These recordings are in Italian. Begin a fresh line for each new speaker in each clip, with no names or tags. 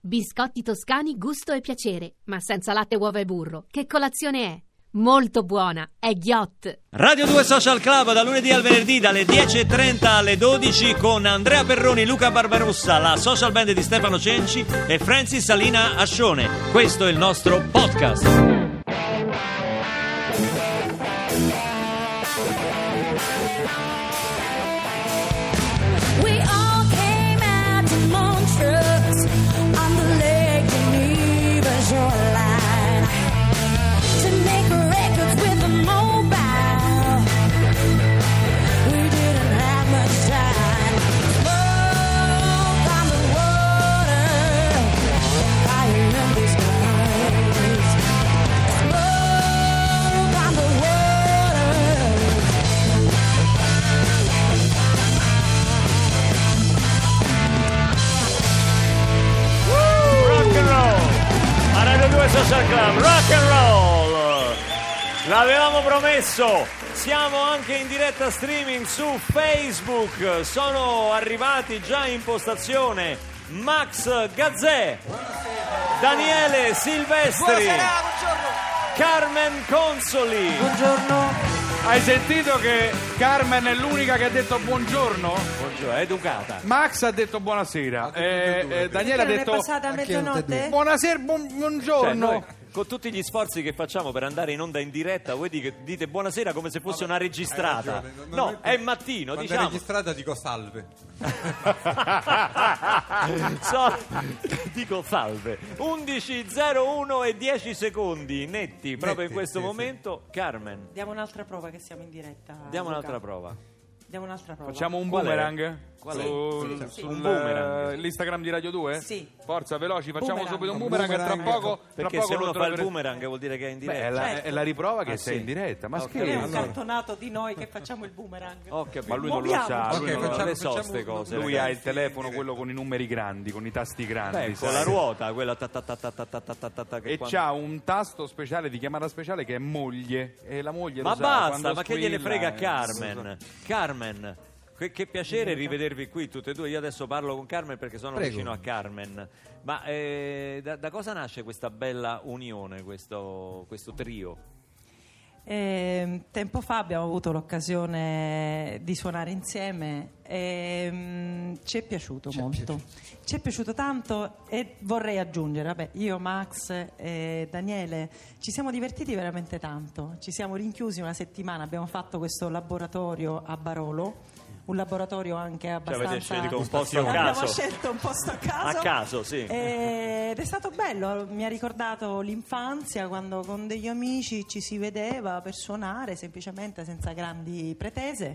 Biscotti toscani gusto e piacere, ma senza latte, uova e burro. Che colazione è? Molto buona, è Ghiott.
Radio 2 Social Club da lunedì al venerdì dalle 10.30 alle 12 con Andrea Perroni, Luca Barbarossa, la social band di Stefano Cenci e Francis Salina Ascione. Questo è il nostro podcast. Social Club, rock and roll, l'avevamo promesso. Siamo anche in diretta streaming su Facebook. Sono arrivati già in postazione Max Gazzè, Daniele Silvestri,
buonasera, buongiorno.
Carmen Consoli.
Buongiorno.
Hai sentito che Carmen è l'unica che ha detto buongiorno?
Buongiorno, è educata.
Max ha detto buonasera. Daniele ha detto
è passata a mezzanotte?
buonasera, buongiorno.
Cioè, noi, con tutti gli sforzi che facciamo per andare in onda in diretta, voi dite buonasera come se fosse una registrata. No, è mattino,
quando
diciamo.
è registrata dico salve.
Dico salve. 11:01 e 10 secondi netti proprio in questo momento. Carmen,
Diamo un'altra prova che siamo in diretta.
diamo
Luca.
un'altra prova.
Diamo un'altra prova.
Facciamo un
Qual è?
boomerang?
Qual è?
Sì.
Un boomerang.
L'Instagram di Radio 2?
Sì.
Forza, veloci, facciamo
Boomerang.
subito un boomerang, tra poco.
Perché se uno fa il boomerang vuol dire che è in
Beh,
diretta.
è la riprova che
Ah,
sei
sì.
in diretta. Ma
Ok.
Non è un
scherzi?
cartonato di noi che facciamo il boomerang.
Ho capito.
Ma lui non lo
Muoviamo.
sa.
Ok,
Lui, non lo-
facciamo-
le so ste cose.
lui
ragazzi.
ha il telefono, quello con i numeri grandi, con i tasti grandi.
Beh, con
sai?
la ruota, quella ta ta ta ta ta ta ta ta ta ta, che
E
quando-
c'ha un tasto speciale di chiamata speciale che è moglie. E la moglie
Ma
lo sa,
basta,
quando
ma che gliene
squilla,
frega a Carmen? Carmen, che piacere rivedervi qui tutte e due. Io adesso parlo con Carmen perché sono vicino a Carmen. Ma da cosa nasce questa bella unione, questo trio?
Tempo fa abbiamo avuto l'occasione di suonare insieme e ci è piaciuto molto. Ci è piaciuto tanto e vorrei aggiungere, vabbè, io, Max e Daniele ci siamo divertiti veramente tanto. Ci siamo rinchiusi una settimana, abbiamo fatto questo laboratorio a Barolo. Un laboratorio anche abbastanza...
avete scelto un posto a
Abbiamo
caso.
scelto un posto a caso.
A caso, sì.
Ed è stato bello, mi ha ricordato l'infanzia quando con degli amici ci si vedeva per suonare semplicemente senza grandi pretese.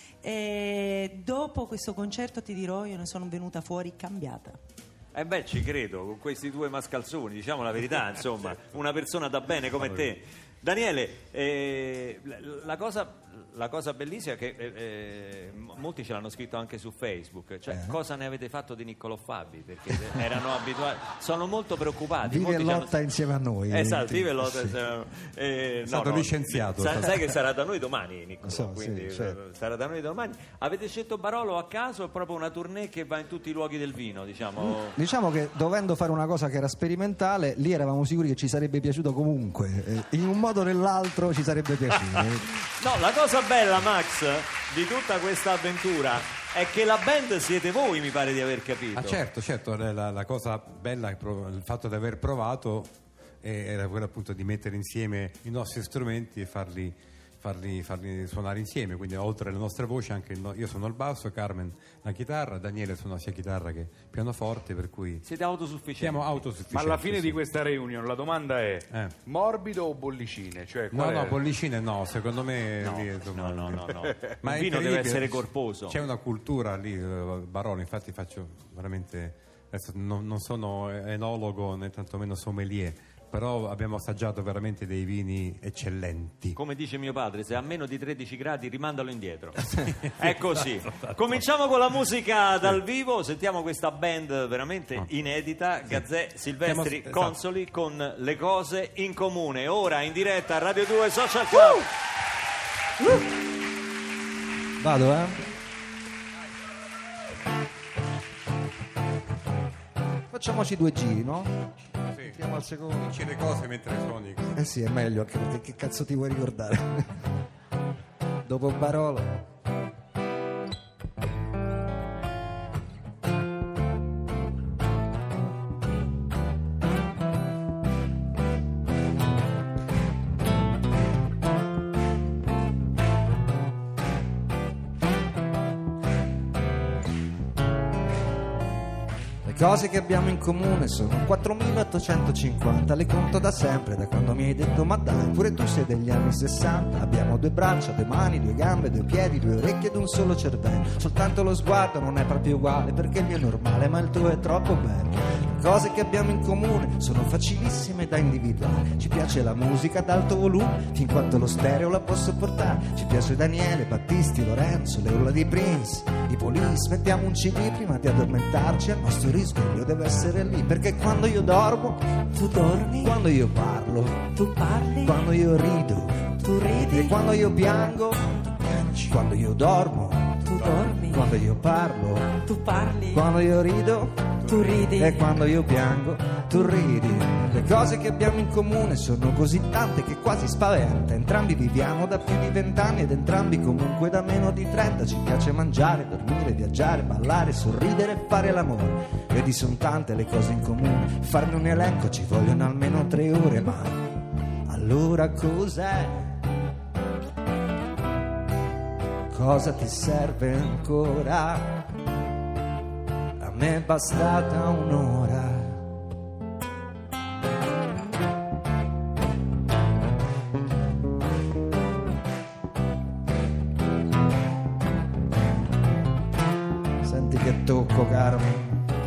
E dopo questo concerto ti dirò, io ne sono venuta fuori cambiata.
Beh, ci credo, con questi due mascalzoni, diciamo la verità, insomma, una persona da bene come te. Daniele, la cosa bellissima è che molti ce l'hanno scritto anche su Facebook, cioè cosa ne avete fatto di Niccolò Fabi, perché erano abituati, sono molto preoccupati.
Vive e
Molti
lotta insieme a noi.
Esatto, vive e lotta
Sì.
insieme a noi.
È stato licenziato.
Sai che sarà da noi domani, Niccolò,
So,
quindi
sì, certo.
sarà da noi domani. Avete scelto Barolo a caso, è proprio una tournée che va in tutti i luoghi del vino, diciamo?
Diciamo che dovendo fare una cosa che era sperimentale, lì eravamo sicuri che ci sarebbe piaciuto comunque. In un modo o nell'altro ci sarebbe piaciuto.
No, la cosa bella, Max, di tutta questa avventura è che la band siete voi, mi pare di aver capito.
Ah, certo, la cosa bella è il fatto di aver provato era quello appunto di mettere insieme i nostri strumenti e farli suonare insieme, quindi oltre alle nostre voci anche io suono il basso, Carmen la chitarra, Daniele suona sia chitarra che pianoforte, per cui
Siete autosufficienti.
siamo autosufficienti.
Ma alla fine
sì.
di questa reunion la domanda è morbido o bollicine? Cioè,
No,
qual è?
bollicine no, secondo me lì, insomma,
No.
Ma
Il
è
vino deve
incredibile,
essere corposo.
C'è una cultura lì, Barolo, infatti faccio veramente, adesso non sono enologo né tantomeno sommelier, però abbiamo assaggiato veramente dei vini eccellenti.
Come dice mio padre, se a meno di 13 gradi rimandalo indietro. È così. Cominciamo con la musica dal vivo, sentiamo questa band veramente inedita, Gazzè, Silvestri,
Esatto.
Consoli, con Le cose in comune. Ora in diretta a Radio 2 Social Club.
Vado, facciamoci 2 giri, no?
Sì.
Andiamo al secondo.
Dici le cose mentre suoni.
Eh sì, è meglio, anche perché che cazzo ti vuoi ricordare? Dopo Barolo. Le cose che abbiamo in comune sono 4.850, le conto da sempre, da quando mi hai detto ma dai, pure tu sei degli anni 60. Abbiamo 2 braccia, 2 mani, 2 gambe, 2 piedi, 2 orecchie ed un solo cervello. Soltanto lo sguardo non è proprio uguale, perché il mio è normale ma il tuo è troppo bello. Le cose che abbiamo in comune sono facilissime da individuare. Ci piace la musica ad alto volume, fin quanto lo stereo la può sopportare. Ci piace Daniele, Battisti, Lorenzo, le urla di Prince, i Police. Mettiamo un CD prima di addormentarci, al nostro risveglio deve essere lì, perché quando io dormo,
Tu dormi,
quando io parlo,
tu parli,
quando io rido,
tu ridi,
e quando io piango,
piangi,
quando io dormo,
tu dormi,
quando io parlo,
tu parli,
quando io rido,
tu ridi.
e quando io piango, tu ridi. Le cose che abbiamo in comune sono così tante che quasi spaventa. Entrambi viviamo da più di 20 anni ed entrambi comunque da meno di 30. Ci piace mangiare, dormire, viaggiare, ballare, sorridere e fare l'amore. Vedi, son tante le cose in comune, farne un elenco ci vogliono almeno 3 ore. Ma allora cos'è? Cosa ti serve ancora? A me è bastata un'ora. Senti che tocco, caro.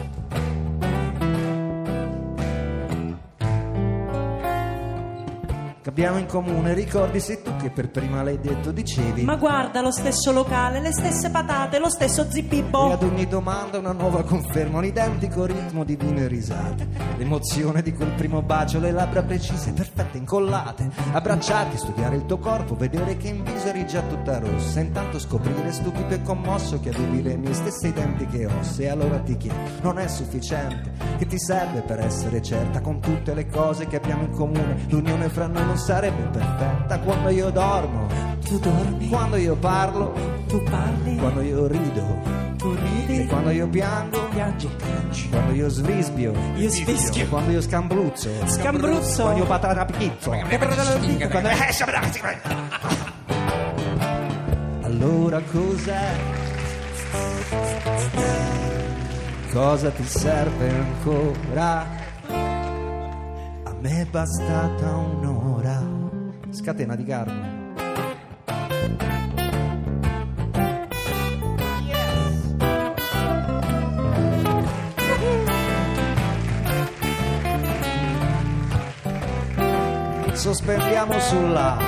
Che abbiamo in comune, ricordi, sei tu che per prima l'hai detto, dicevi.
Ma guarda, lo stesso locale, le stesse patate, lo stesso
E
zippibo.
ad ogni domanda una nuova conferma, un identico ritmo di vino e risate. L'emozione di quel primo bacio, le labbra precise, perfette, incollate. Abbracciarti, studiare il tuo corpo, vedere che in viso eri già tutta rossa. Intanto scoprire, stupito e commosso, che avevi le mie stesse identiche ossa. E allora ti chiedo, non è sufficiente? Che ti serve per essere certa? Con tutte le cose che abbiamo in comune, l'unione fra noi non sarebbe perfetta. Quando io dormo,
Tu dormi,
quando io parlo,
tu parli,
quando io rido,
tu ridi,
e quando io piango,
piangi, piangi.
quando io svisbio,
Io sfischio,
quando io scambruzzo,
scambruzzo,
quando io patata picchizzo, quando... Allora cos'è? Cosa ti serve ancora? A me è bastata un'ora. Scatena di Carmen. Sospendiamo sulla.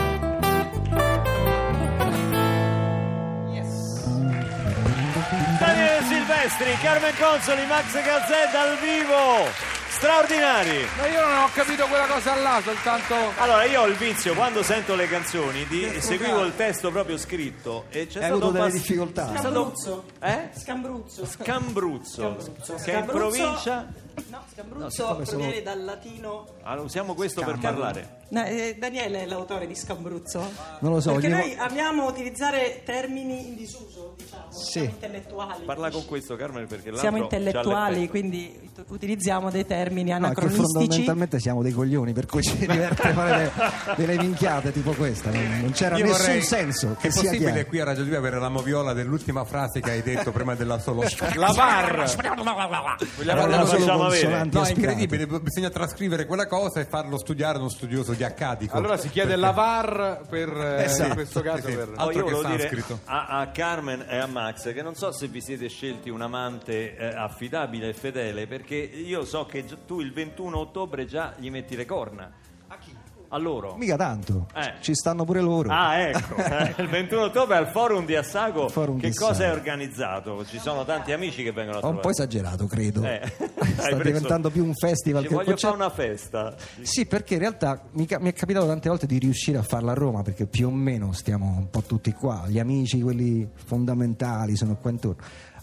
Daniele Silvestri, Carmen Consoli, Max Gazzè dal vivo, straordinari.
Ma io non ho capito quella cosa là, soltanto.
Allora, io ho il vizio, quando sento le canzoni, di seguivo il testo proprio scritto e c'è
Hai
stato
avuto
un
delle
pass-
difficoltà.
c'è stato-
Scambruzzo.
Scambruzzo, che è in
Scambruzzo.
provincia.
No,
No,
Scambruzzo
siccome sono-
proviene dal latino.
Allora, usiamo questo per parlare.
No, Daniele è l'autore di Scambruzzo.
Non lo so,
Perché
ogni
noi amiamo utilizzare termini in disuso, diciamo.
Sì.
Siamo intellettuali.
Parla con questo, Carmen, perché l'altro
Siamo
c'ha
intellettuali,
l'effetto.
quindi utilizziamo dei termini
No, è che
anacronistici.
fondamentalmente siamo dei coglioni, per cui ci diverte fare delle minchiate tipo questa. Non c'era
Io
nessun
vorrei-
senso che
è
sia
possibile
chiaro.
qui a Radio 2 avere la moviola dell'ultima frase che hai detto prima della solo
La VAR.
Allora, la
solo
facciamo avere.
consonanti
No, è
aspirate.
incredibile, bisogna trascrivere quella cosa e farlo studiare uno studioso di accadico.
Allora si chiede la VAR per
Esatto.
in questo caso
Sì, sì.
per...
Oh,
Altro
io
che
volevo dire
sanscrito.
a Carmen e a Max che non so se vi siete scelti un amante affidabile e fedele, perché io so che tu il 21 ottobre già gli metti le corna. A chi? A loro.
Mica tanto,
Eh.
ci stanno pure loro.
Ah, ecco, il 21 ottobre al Forum di Assago.
Forum
Che
di
cosa è
Assago.
organizzato? Ci sono tanti amici che vengono a
Ho un
trovare.
po' esagerato, credo.
Hai
Sta
preso-
diventando più un festival
Ci
che un
voglio
concerto.
fare una festa.
Sì, perché in realtà mi è capitato tante volte di riuscire a farla a Roma, perché più o meno stiamo un po' tutti qua, gli amici, quelli fondamentali, sono qua intorno.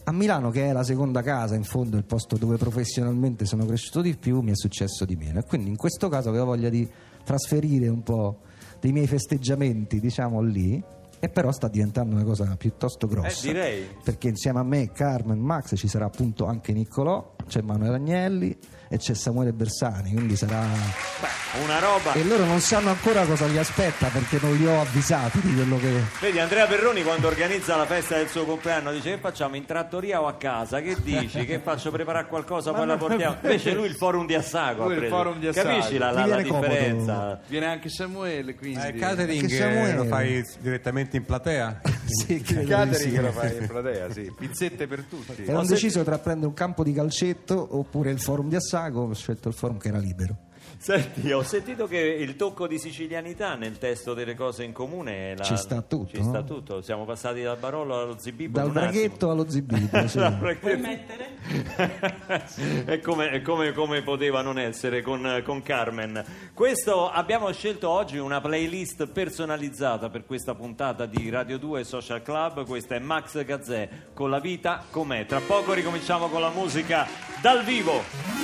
A Milano, che è la seconda casa, in fondo il posto dove professionalmente sono cresciuto di più, mi è successo di meno, e quindi in questo caso avevo voglia di trasferire un po' dei miei festeggiamenti, diciamo, lì. E però sta diventando una cosa piuttosto grossa,
direi,
perché insieme a me, Carmen, Max, ci sarà appunto anche Niccolò, c'è Emanuele Agnelli e c'è Samuele Bersani, quindi sarà
una roba.
E loro non sanno ancora cosa li aspetta, perché non li ho avvisati di quello che...
Vedi, Andrea Perroni quando organizza la festa del suo compleanno dice: che facciamo, in trattoria o a casa? Che dici? Che faccio preparare qualcosa, poi la portiamo? Invece lui il forum di Assago ha
Lui il
preso.
forum di Assago.
Capisci la
Mi viene
differenza?
comodo.
Viene anche Samuele, quindi
Il catering
Anche Samuele.
lo fai direttamente in platea?
Sì, credo
il
di
catering
sì.
lo fai in platea, sì. Pizzette per tutti.
Ero deciso tra prendere un campo di calcetto oppure il forum di Assago, ho scelto il forum che era libero.
Senti, ho sentito che il tocco di sicilianità nel testo delle cose in comune
Ci sta tutto,
ci sta
no?
tutto. Siamo passati dal Barolo allo Zibibbo
Dal
in un attimo.
draghetto allo zibibbo, sì.
Puoi mettere?
È come poteva non essere con Carmen. Questo abbiamo scelto oggi una playlist personalizzata per questa puntata di Radio 2 Social Club. Questa è Max Gazzè con La vita com'è. Tra poco ricominciamo con la musica dal vivo.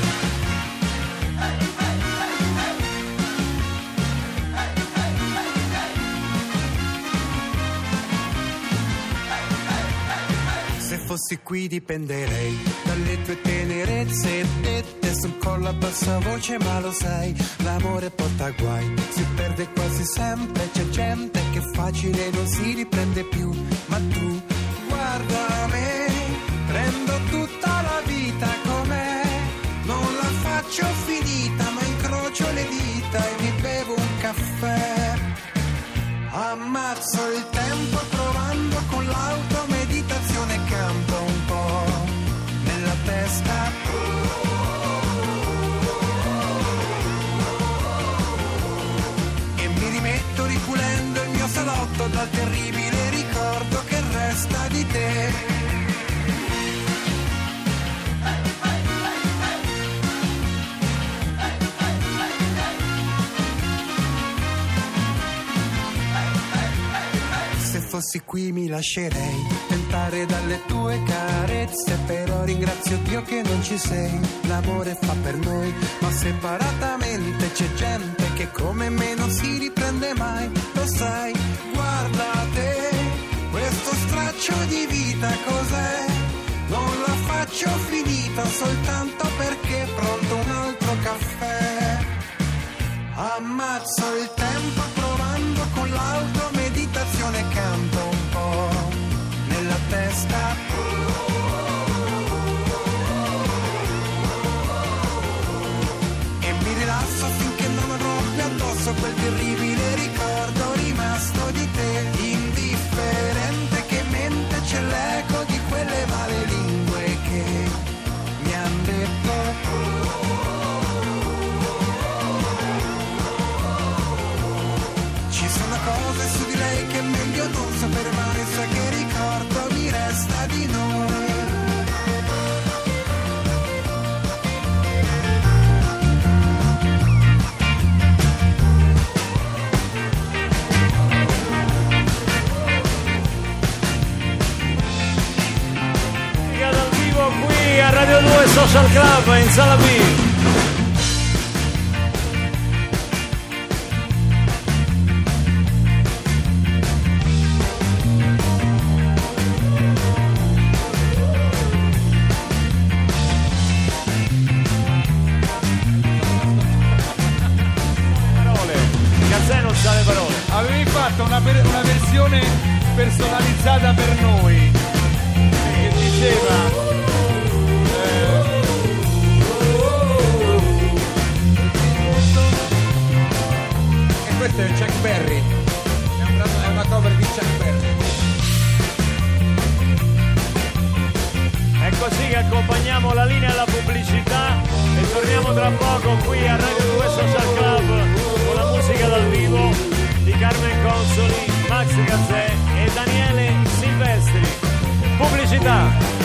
Se fossi qui dipenderei dalle tue tenerezze dette sul collo a bassa voce, ma lo sai, l'amore porta guai, si perde quasi sempre, c'è gente che facile non si riprende più, ma tu guarda me, prendo tutta la vita com'è, non la faccio finita, ma incrocio le dita e mi bevo un caffè, ammazzo il tempo provando con l'auto, meditazione canto un po' nella testa, e mi rimetto ripulendo il mio salotto dal terribile ricordo che resta di te. Se fossi qui mi lascerei tentare dalle tue carezze, però ringrazio Dio che non ci sei, l'amore fa per noi, ma separatamente c'è gente che come me non si riprende mai, lo sai, guarda te, questo straccio di vita cos'è, non la faccio finita soltanto perché è pronto un altro caffè, ammazzo il tempo provando con l'auto, meditazione canto un po' nella testa, e mi rilasso finché non avrò più addosso quel terribile ricordo rimasto di te, indifferente che mente c'è l'eco di quelle male lingue che mi han detto. Ci sono cose su di lei che è meglio non sapere, ma ne sa che ricordo mi resta di noi.
Musica dal vivo qui a Radio 2 Social Club in Sala B. Gazzè non sa le parole.
avevi fatto una versione personalizzata per noi che diceva
E questo è Chuck Berry, è una cover di Chuck Berry.
È così che accompagniamo la linea alla pubblicità e torniamo tra poco qui a Radio 2 Social Club con la musica dal vivo di Carmen Consoli, Max Gazzè e Daniele Silvestri. Pubblicità.